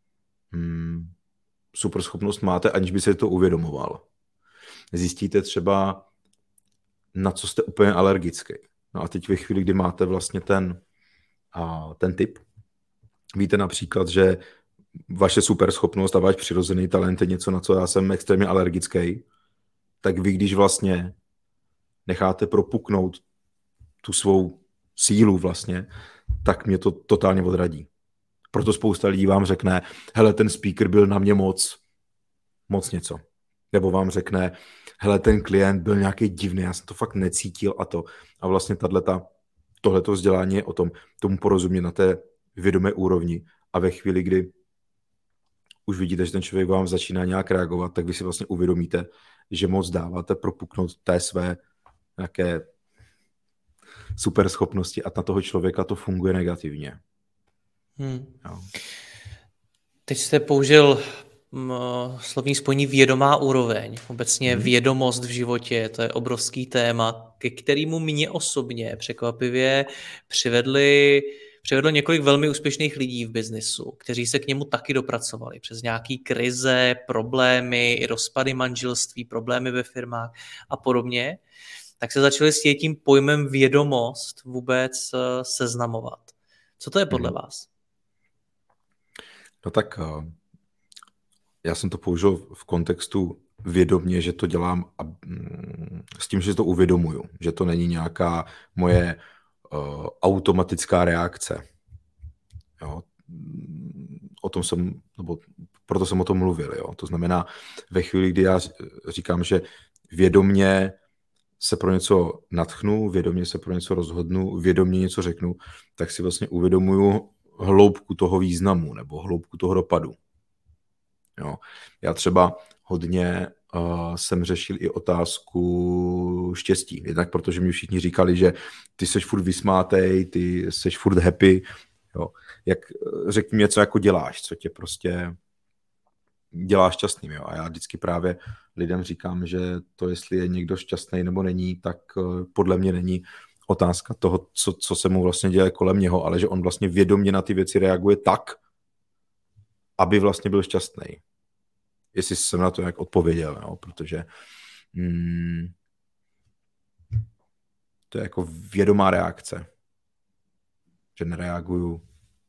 hmm, super schopnost máte, aniž by se to uvědomoval. Zjistíte třeba, na co jste úplně alergický. No a teď ve chvíli, kdy máte vlastně ten, a, ten typ, víte například, že vaše super schopnost a váš přirozený talent je něco, na co já jsem extrémně alergický, tak vy, když vlastně necháte propuknout tu svou sílu vlastně, tak mě to totálně odradí. Proto spousta lidí vám řekne, hele, ten speaker byl na mě moc, moc něco. Nebo vám řekne, hele, ten klient byl nějaký divný, já jsem to fakt necítil a to. A vlastně tato, tohleto vzdělání je o tom, tomu porozumět na té vědomé úrovni. A ve chvíli, kdy už vidíte, že ten člověk vám začíná nějak reagovat, tak vy si vlastně uvědomíte, že moc dáváte propuknout té své nějaké super schopnosti a na toho člověka to funguje negativně. Hmm. No. Teď jste použil m, slovní spojení vědomá úroveň. Obecně hmm. vědomost v životě, to je obrovský téma, ke kterému mě osobně překvapivě přivedli, přivedlo několik velmi úspěšných lidí v biznisu, kteří se k němu taky dopracovali přes nějaký krize, problémy, i rozpady manželství, problémy ve firmách a podobně. Tak se začali s tím pojmem vědomost vůbec seznamovat. Co to je podle hmm. vás? No tak já jsem to použil v kontextu vědomě, že to dělám a, mm, s tím, že to uvědomuju, že to není nějaká moje uh, automatická reakce. Jo. O tom jsem, nebo proto jsem o tom mluvil. Jo. To znamená, ve chvíli, kdy já říkám, že vědomě se pro něco nadchnu, vědomě se pro něco rozhodnu, vědomě něco řeknu, tak si vlastně uvědomuju hloubku toho významu nebo hloubku toho dopadu. Jo. Já třeba hodně uh, jsem řešil i otázku štěstí. Jednak protože mi všichni říkali, že ty seš furt vysmátej, ty seš furt happy. Jo. Jak, řekni mi něco, jako děláš, co tě prostě dělá šťastným. Jo. A já vždycky právě lidem říkám, že to, jestli je někdo šťastný nebo není, tak uh, podle mě není otázka toho, co, co se mu vlastně děje kolem něho, ale že on vlastně vědomě na ty věci reaguje tak, aby vlastně byl šťastný. Jestli jsem na to nějak odpověděl, jo? Protože hmm, to je jako vědomá reakce. Že nereaguju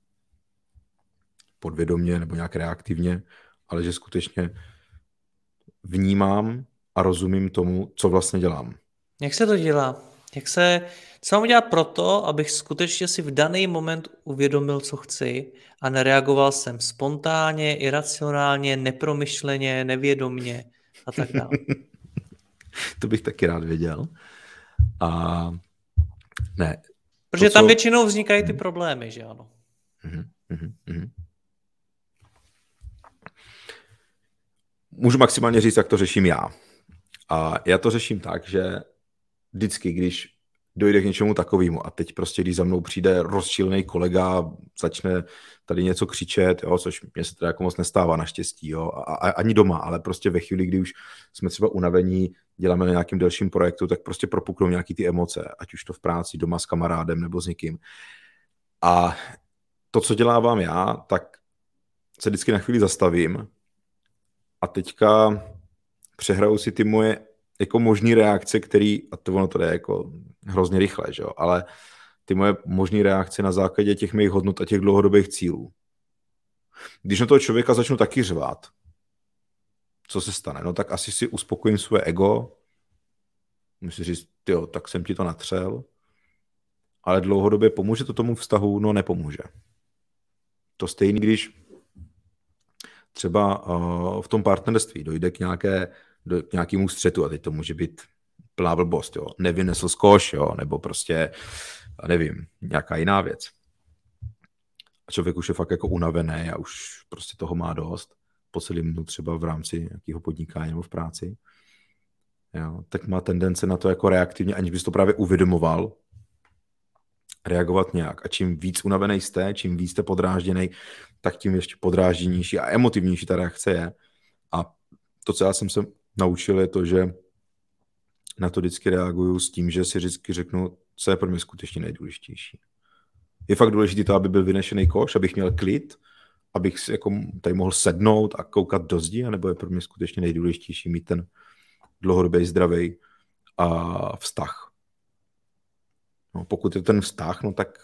podvědomě nebo nějak reaktivně, ale že skutečně vnímám a rozumím tomu, co vlastně dělám. Jak se to dělá? Jak se, co mám udělat proto, abych skutečně si v daný moment uvědomil, co chci a nereagoval jsem spontánně, iracionálně, nepromyšleně, nevědomně a tak dále. To bych taky rád věděl. A ne. Protože to, tam co... většinou vznikají ty problémy, že ano? Mm-hmm, mm-hmm. Můžu maximálně říct, jak to řeším já. A já to řeším tak, že vždycky, když dojde k něčemu takovému a teď prostě, když za mnou přijde rozčilený kolega, začne tady něco křičet, jo, což mě se teda jako moc nestává naštěstí, jo, a, a, ani doma, ale prostě ve chvíli, kdy už jsme třeba unavení, děláme na nějakým delším projektu, tak prostě propuknou nějaký ty emoce, ať už to v práci, doma s kamarádem nebo s někým. A to, co dělávám já, tak se vždycky na chvíli zastavím a teďka přehraju si ty moje jako možný reakce, který, a to ono to je jako hrozně rychle, že jo, ale ty moje možný reakce na základě těch mých hodnot a těch dlouhodobých cílů. Když na toho člověka začnu taky řvát, co se stane? No tak asi si uspokojím své ego, musím říct, tyjo, tak jsem ti to natřel, ale dlouhodobě pomůže to tomu vztahu? No nepomůže. To stejný, když třeba uh, v tom partnerství dojde k nějaké do k nějakému střetu a teď to může být plná blbost, jo. Nevynesl skoš, jo, nebo prostě, nevím, nějaká jiná věc. A člověk už je fakt jako unavený a už prostě toho má dost po celém dnu třeba v rámci nějakého podnikání nebo v práci. Jo, tak má tendence na to jako reaktivně, aniž bys to právě uvědomoval, reagovat nějak. A čím víc unavený jste, čím víc jste podrážděný, tak tím ještě podrážděnější a emotivnější ta reakce je. A to, co já jsem se naučil, je to, že na to vždycky reaguju s tím, že si vždycky řeknu, co je pro mě skutečně nejdůležitější. Je fakt důležité to, aby byl vynešený koš, abych měl klid abych si jako tady mohl sednout a koukat do zdi, anebo je pro mě skutečně nejdůležitější mít ten dlouhodobý zdravý a vztah. No, pokud je ten vztah, no tak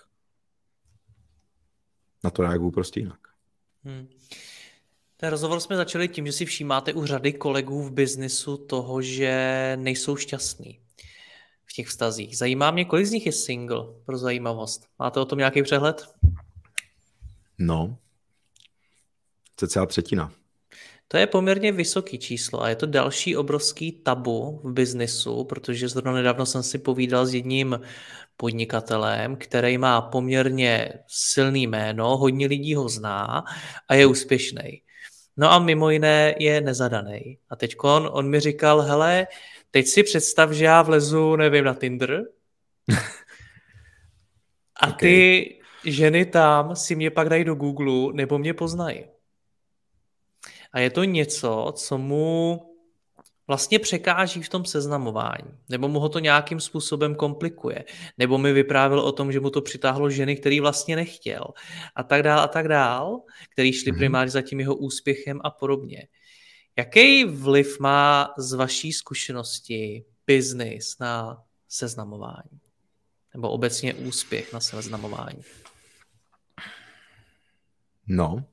na to reaguju prostě jinak. Hmm. Ten rozhovor jsme začali tím, že si všímáte u řady kolegů v biznisu toho, že nejsou šťastní v těch vztazích. Zajímá mě, kolik z nich je single, pro zajímavost. Máte o tom nějaký přehled? No, cca třetina. To je poměrně vysoký číslo a je to další obrovský tabu v biznisu, protože zrovna nedávno jsem si povídal s jedním podnikatelem, který má poměrně silný jméno, hodně lidí ho zná a je úspěšný. No a mimo jiné je nezadaný. A teď on, on mi říkal, hele, teď si představ, že já vlezu, nevím, na Tinder a ty okay. ženy tam si mě pak dají do Google nebo mě poznají. A je to něco, co mu vlastně překáží v tom seznamování, nebo mu ho to nějakým způsobem komplikuje, nebo mi vyprávěl o tom, že mu to přitáhlo ženy, který vlastně nechtěl a tak dál a tak dál, který šli mm-hmm. primárně za tím jeho úspěchem a podobně. Jaký vliv má z vaší zkušenosti biznis na seznamování? Nebo obecně úspěch na seznamování? No,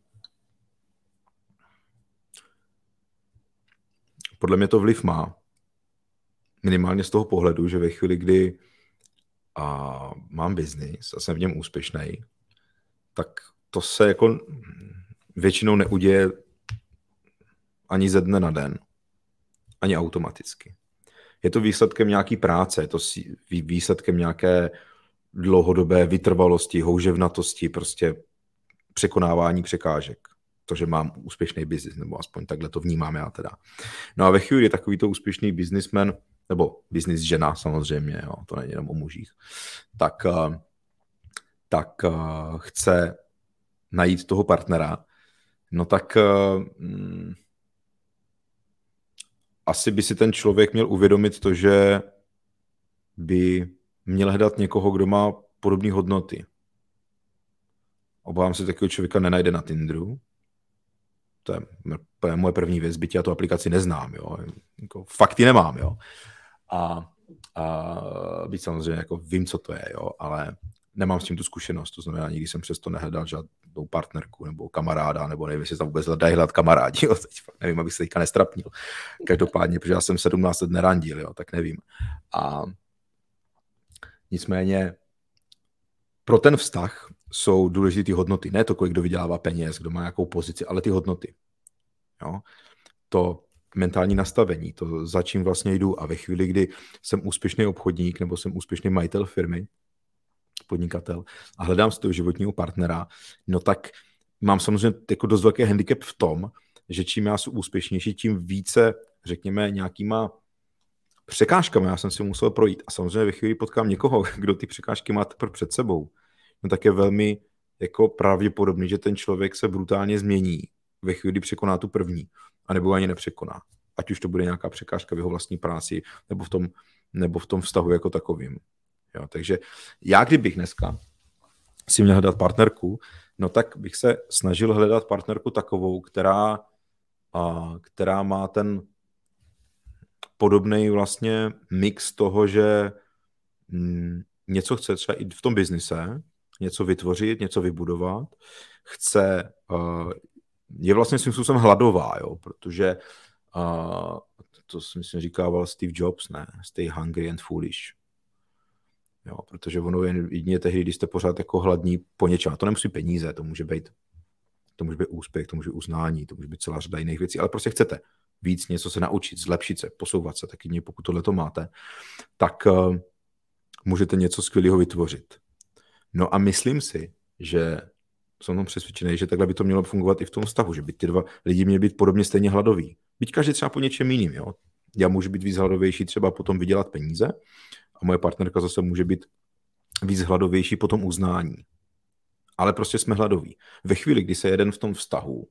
podle mě to vliv má. Minimálně z toho pohledu, že ve chvíli, kdy a mám biznis a jsem v něm úspěšný, tak to se jako většinou neuděje ani ze dne na den, ani automaticky. Je to výsledkem nějaký práce, je to výsledkem nějaké dlouhodobé vytrvalosti, houževnatosti, prostě překonávání překážek. To, že mám úspěšný biznis, nebo aspoň takhle to vnímám já teda. No a ve chvíli takovýto úspěšný biznismen, nebo biznis žena samozřejmě, jo, to není jenom o mužích, tak, tak chce najít toho partnera, no tak hm, asi by si ten člověk měl uvědomit to, že by měl hledat někoho, kdo má podobné hodnoty. Obávám se, takového člověka nenajde na Tinderu. To je, to je moje první věc, byť já tu aplikaci neznám, jo. Jako, fakt ji nemám, jo. A, a byť samozřejmě jako vím, co to je, jo, ale nemám s tím tu zkušenost, to znamená, nikdy jsem přesto nehledal žádnou partnerku nebo kamaráda, nebo nevím, jestli tam vůbec dají hledat kamarádi, jo. Teď fakt nevím, abych se teďka nestrapnil. Každopádně, protože já jsem sedmnáct let nerandil, jo, tak nevím. A nicméně pro ten vztah jsou důležité hodnoty. Ne to, kolik kdo vydělává peněz, kdo má nějakou pozici, ale ty hodnoty. Jo? To mentální nastavení, to za čím vlastně jdu. A ve chvíli, kdy jsem úspěšný obchodník nebo jsem úspěšný majitel firmy, podnikatel a hledám si toho životního partnera, no tak mám samozřejmě jako dost velký handicap v tom, že čím já jsem úspěšnější, tím více, řekněme, nějakýma překážkami já jsem si musel projít. A samozřejmě ve chvíli potkám někoho, kdo ty překážky má teprve před sebou, no tak je velmi jako pravděpodobný, že ten člověk se brutálně změní ve chvíli, kdy překoná tu první, anebo ani nepřekoná. Ať už to bude nějaká překážka v jeho vlastní práci, nebo v tom, nebo v tom vztahu jako takovým. Jo, takže já, kdybych dneska si měl hledat partnerku, no tak bych se snažil hledat partnerku takovou, která, a, která má ten podobný vlastně mix toho, že mm, něco chce třeba i v tom biznise, něco vytvořit, něco vybudovat, chce, uh, je vlastně svým způsobem hladová, jo, protože uh, to si myslím říkával Steve Jobs, ne, stay hungry and foolish. Jo, protože ono je jedině tehdy, když jste pořád jako hladní po něčem. A to nemusí peníze, to může být, to může být úspěch, to může být uznání, to může být celá řada jiných věcí, ale prostě chcete víc něco se naučit, zlepšit se, posouvat se, tak jedině pokud tohle to máte, tak uh, můžete něco skvělého vytvořit. No a myslím si, že jsem tom přesvědčený, že takhle by to mělo fungovat i v tom vztahu, že by ty dva lidi měli být podobně stejně hladoví. Byť každý třeba po něčem jiným, jo. Já můžu být víc hladovější třeba potom vydělat peníze a moje partnerka zase může být víc hladovější potom uznání. Ale prostě jsme hladoví. Ve chvíli, kdy se jeden v tom vztahu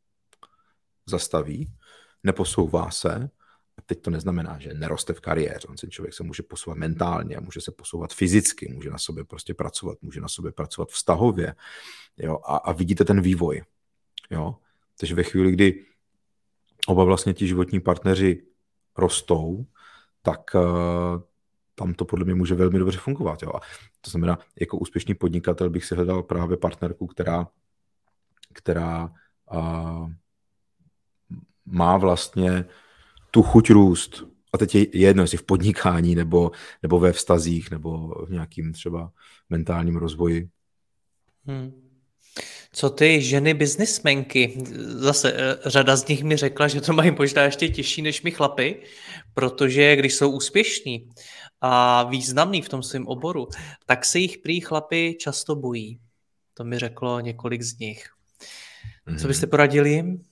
zastaví, neposouvá se, a teď to neznamená, že neroste v kariéře. On ten člověk se může posouvat mentálně, může se posouvat fyzicky, může na sobě prostě pracovat, může na sobě pracovat vztahově. Jo? A, a vidíte ten vývoj. Jo? Takže ve chvíli, kdy oba vlastně ti životní partneři rostou, tak uh, tam to podle mě může velmi dobře fungovat. Jo? A to znamená, jako úspěšný podnikatel bych si hledal právě partnerku, která, která uh, má vlastně tu chuť růst. A teď je jedno, jestli v podnikání, nebo, nebo ve vztazích, nebo v nějakým třeba mentálním rozvoji. Hmm. Co ty ženy biznismenky? Zase řada z nich mi řekla, že to mají možná ještě těžší než my chlapi, protože když jsou úspěšní a významní v tom svém oboru, tak se jich prý chlapi často bojí. To mi řeklo několik z nich. Mm-hmm. Co byste poradili jim?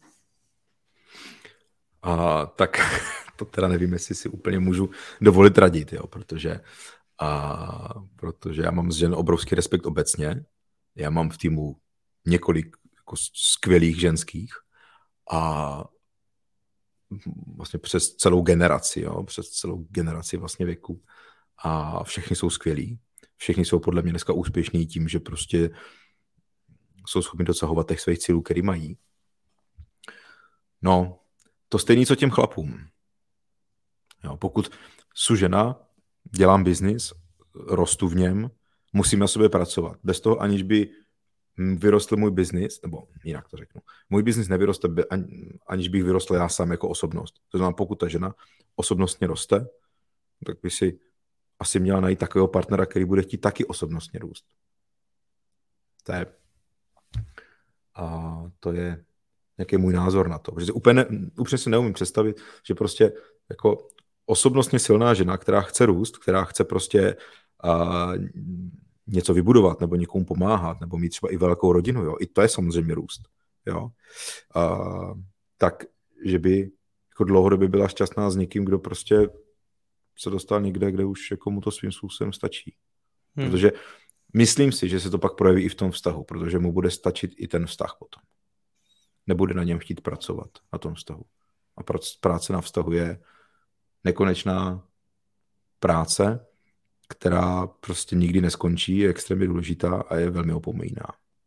A, tak to teda nevím, jestli si úplně můžu dovolit radit, jo, protože, a, protože já mám z žen obrovský respekt obecně. Já mám v týmu několik jako skvělých ženských a vlastně přes celou generaci, jo, přes celou generaci vlastně věku a všechny jsou skvělí. Všechny jsou podle mě dneska úspěšní tím, že prostě jsou schopni dosahovat těch svých cílů, který mají. No, to stejné, co těm chlapům. Jo, pokud jsou žena, dělám biznis, rostu v něm, musím na sobě pracovat. Bez toho, aniž by vyrostl můj biznis, nebo jinak to řeknu, můj biznis nevyroste, aniž bych vyrostl já sám jako osobnost. To znamená, pokud ta žena osobnostně roste, tak by si asi měla najít takového partnera, který bude chtít taky osobnostně růst. To je, a to je nějaký můj názor na to. Protože úplně, úplně si neumím představit, že prostě jako osobnostně silná žena, která chce růst, která chce prostě uh, něco vybudovat, nebo někomu pomáhat, nebo mít třeba i velkou rodinu, jo. I to je samozřejmě růst, jo. Uh, tak, že by jako dlouhodobě byla šťastná s někým, kdo prostě se dostal někde, kde už jako mu to svým způsobem stačí. Hmm. Protože myslím si, že se to pak projeví i v tom vztahu, protože mu bude stačit i ten vztah potom. Nebude na něm chtít pracovat, na tom vztahu. A práce na vztahu je nekonečná práce, která prostě nikdy neskončí, je extrémně důležitá a je velmi opomíjená.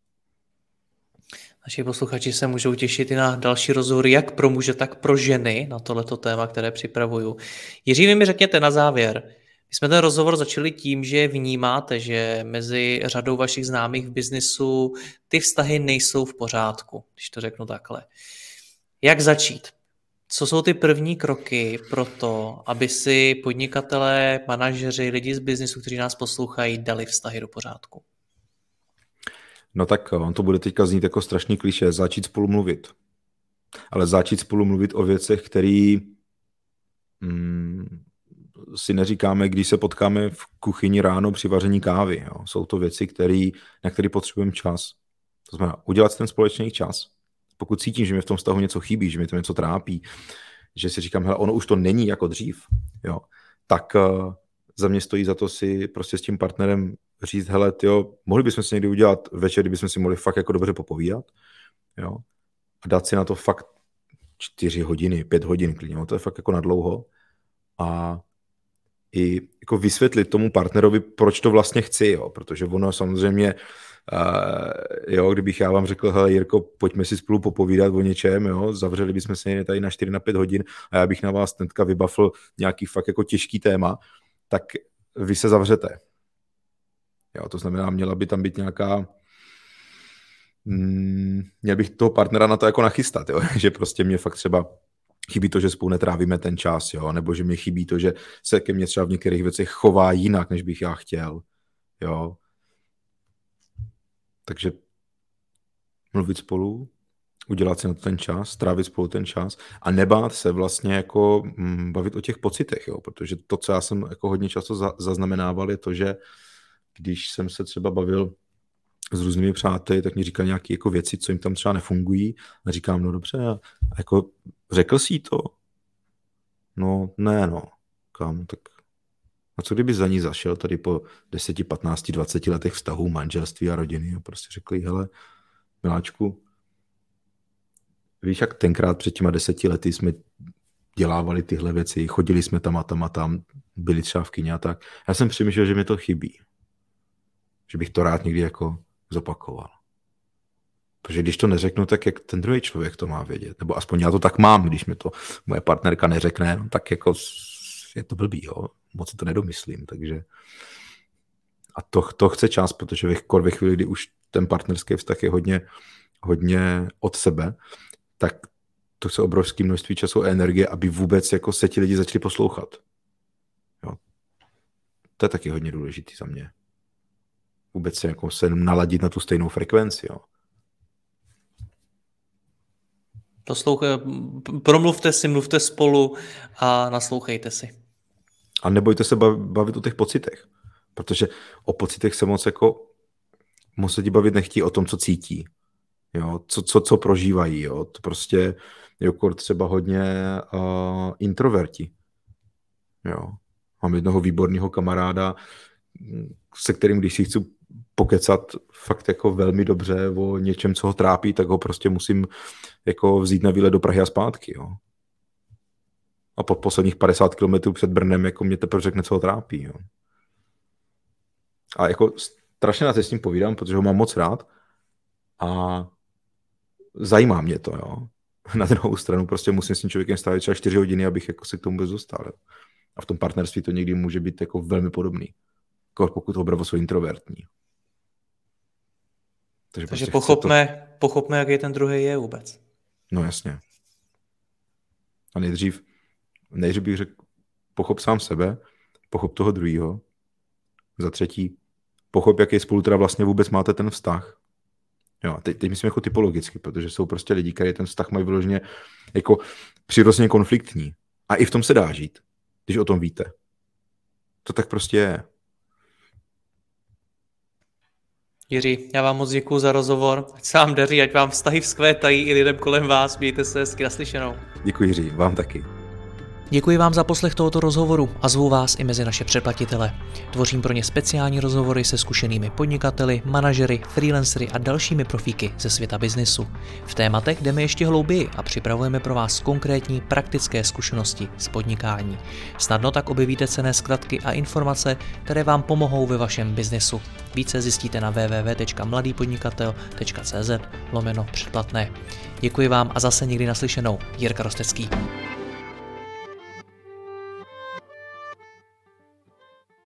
Naši posluchači se můžou těšit i na další rozhovory, jak pro muže, tak pro ženy na tohleto téma, které připravuju. Jiří, vy mi řekněte na závěr. My jsme ten rozhovor začali tím, že vnímáte, že mezi řadou vašich známých v biznisu ty vztahy nejsou v pořádku, když to řeknu takhle. Jak začít? Co jsou ty první kroky pro to, aby si podnikatelé, manažeři, lidi z biznisu, kteří nás poslouchají, dali vztahy do pořádku? No tak on to bude teďka znít jako strašný klišé, začít spolu mluvit. Ale začít spolu mluvit o věcech, které hmm, si neříkáme, když se potkáme v kuchyni ráno při vaření kávy. Jo. Jsou to věci, který, na které potřebujeme čas. To znamená udělat ten společný čas. Pokud cítím, že mi v tom vztahu něco chybí, že mi to něco trápí, že si říkám, hele, ono už to není jako dřív, jo, tak uh, za mě stojí za to si prostě s tím partnerem říct, hele, tyjo, mohli bychom si někdy udělat večer, kdybychom si mohli fakt jako dobře popovídat, jo, a dát si na to fakt čtyři hodiny, pět hodin klidně, no, to je fakt jako nadlouho a i jako vysvětlit tomu partnerovi, proč to vlastně chci, jo, protože ono samozřejmě Uh, jo, kdybych já vám řekl, hele Jirko, pojďme si spolu popovídat o něčem, jo, zavřeli bychom se tady na čtyři na pět hodin a já bych na vás teďka vybafl nějaký fakt jako těžký téma, tak vy se zavřete. Jo, to znamená, měla by tam být nějaká mm, měl bych toho partnera na to jako nachystat, jo, že prostě mě fakt třeba chybí to, že spolu netrávíme ten čas, jo, nebo že mě chybí to, že se ke mně třeba v některých věcech chová jinak, než bych já chtěl, jo. Takže mluvit spolu, udělat si na to ten čas, strávit spolu ten čas a nebát se vlastně jako mm, bavit o těch pocitech, jo? Protože to, co já jsem jako hodně často za, zaznamenával, je to, že když jsem se třeba bavil s různými přáteli, tak mi říkali nějaké jako věci, co jim tam třeba nefungují a říkám, no dobře, a jako řekl jsi jí to? No ne, no, kam, tak a co kdyby za ní zašel tady po deseti, patnácti, dvaceti letech vztahů, manželství a rodiny a prostě řekli, hele, miláčku, víš, jak tenkrát před těma deseti lety jsme dělávali tyhle věci, chodili jsme tam a tam a tam, byli třeba v kyně a tak. Já jsem přemýšlel, že mi to chybí. Že bych to rád někdy jako zopakoval. Protože když to neřeknu, tak jak ten druhý člověk to má vědět. Nebo aspoň já to tak mám, když mi to moje partnerka neřekne, no, tak jako je to blbý, jo. Moc si to nedomyslím, takže a to, to chce čas, protože ve, ve chvíli, kdy už ten partnerský vztah je hodně, hodně od sebe, tak to chce obrovské množství času a energie, aby vůbec jako se ti lidi začali poslouchat. Jo. To je taky hodně důležitý za mě. Vůbec se, jako se naladit na tu stejnou frekvenci. Jo. Poslouchej, promluvte si, mluvte spolu a naslouchejte si. A nebojte se bavit o těch pocitech. Protože o pocitech se moc jako moc lidi bavit nechtí o tom, co cítí. Jo, co, co, co prožívají. Jo. To prostě jako třeba hodně uh, introverti. Jo. Mám jednoho výborného kamaráda, se kterým, když si chci pokecat fakt jako velmi dobře o něčem, co ho trápí, tak ho prostě musím jako vzít na výlet do Prahy a zpátky. Jo. A po posledních padesát kilometrů před Brnem jako mě teprve řekne, co ho trápí. Jo. A jako strašně rád s ním povídám, protože ho mám moc rád a zajímá mě to, jo. Na druhou stranu prostě musím s tím člověkem strávit třeba čtyři hodiny, abych jako se k tomu vůbec dostal. Jo. A v tom partnerství to někdy může být jako velmi podobný. Jako pokud obravo jsou introvertní. Takže, Takže prostě pochopme, to... pochopme, jaký ten druhý je vůbec. No jasně. A nejdřív, nejdřív bych řekl, pochop sám sebe, pochop toho druhýho. Za třetí, pochop, jaký spolu teda vlastně vůbec máte ten vztah. Jo, teď, teď myslím jako typologicky, protože jsou prostě lidi, kteří ten vztah mají vyloženě jako přirozeně konfliktní. A i v tom se dá žít, když o tom víte. To tak prostě je. Jiří, já vám moc děkuju za rozhovor. Ať se vám daří, ať vám vztahy vzkvétají i lidem kolem vás. Mějte se hezky, naslyšenou. Děkuji, Jiří, vám taky. Děkuji vám za poslech tohoto rozhovoru a zvu vás i mezi naše předplatitele. Tvořím pro ně speciální rozhovory se zkušenými podnikateli, manažery, freelancery a dalšími profíky ze světa biznesu. V tématech jdeme ještě hlouběji a připravujeme pro vás konkrétní praktické zkušenosti z podnikání. Snadno tak objevíte cenné zkratky a informace, které vám pomohou ve vašem biznesu. Více zjistíte na w w w tečka mladýpodnikatel tečka c z lomeno předplatné. Děkuji vám a zase někdy naslyšenou. Jirka Rostecký.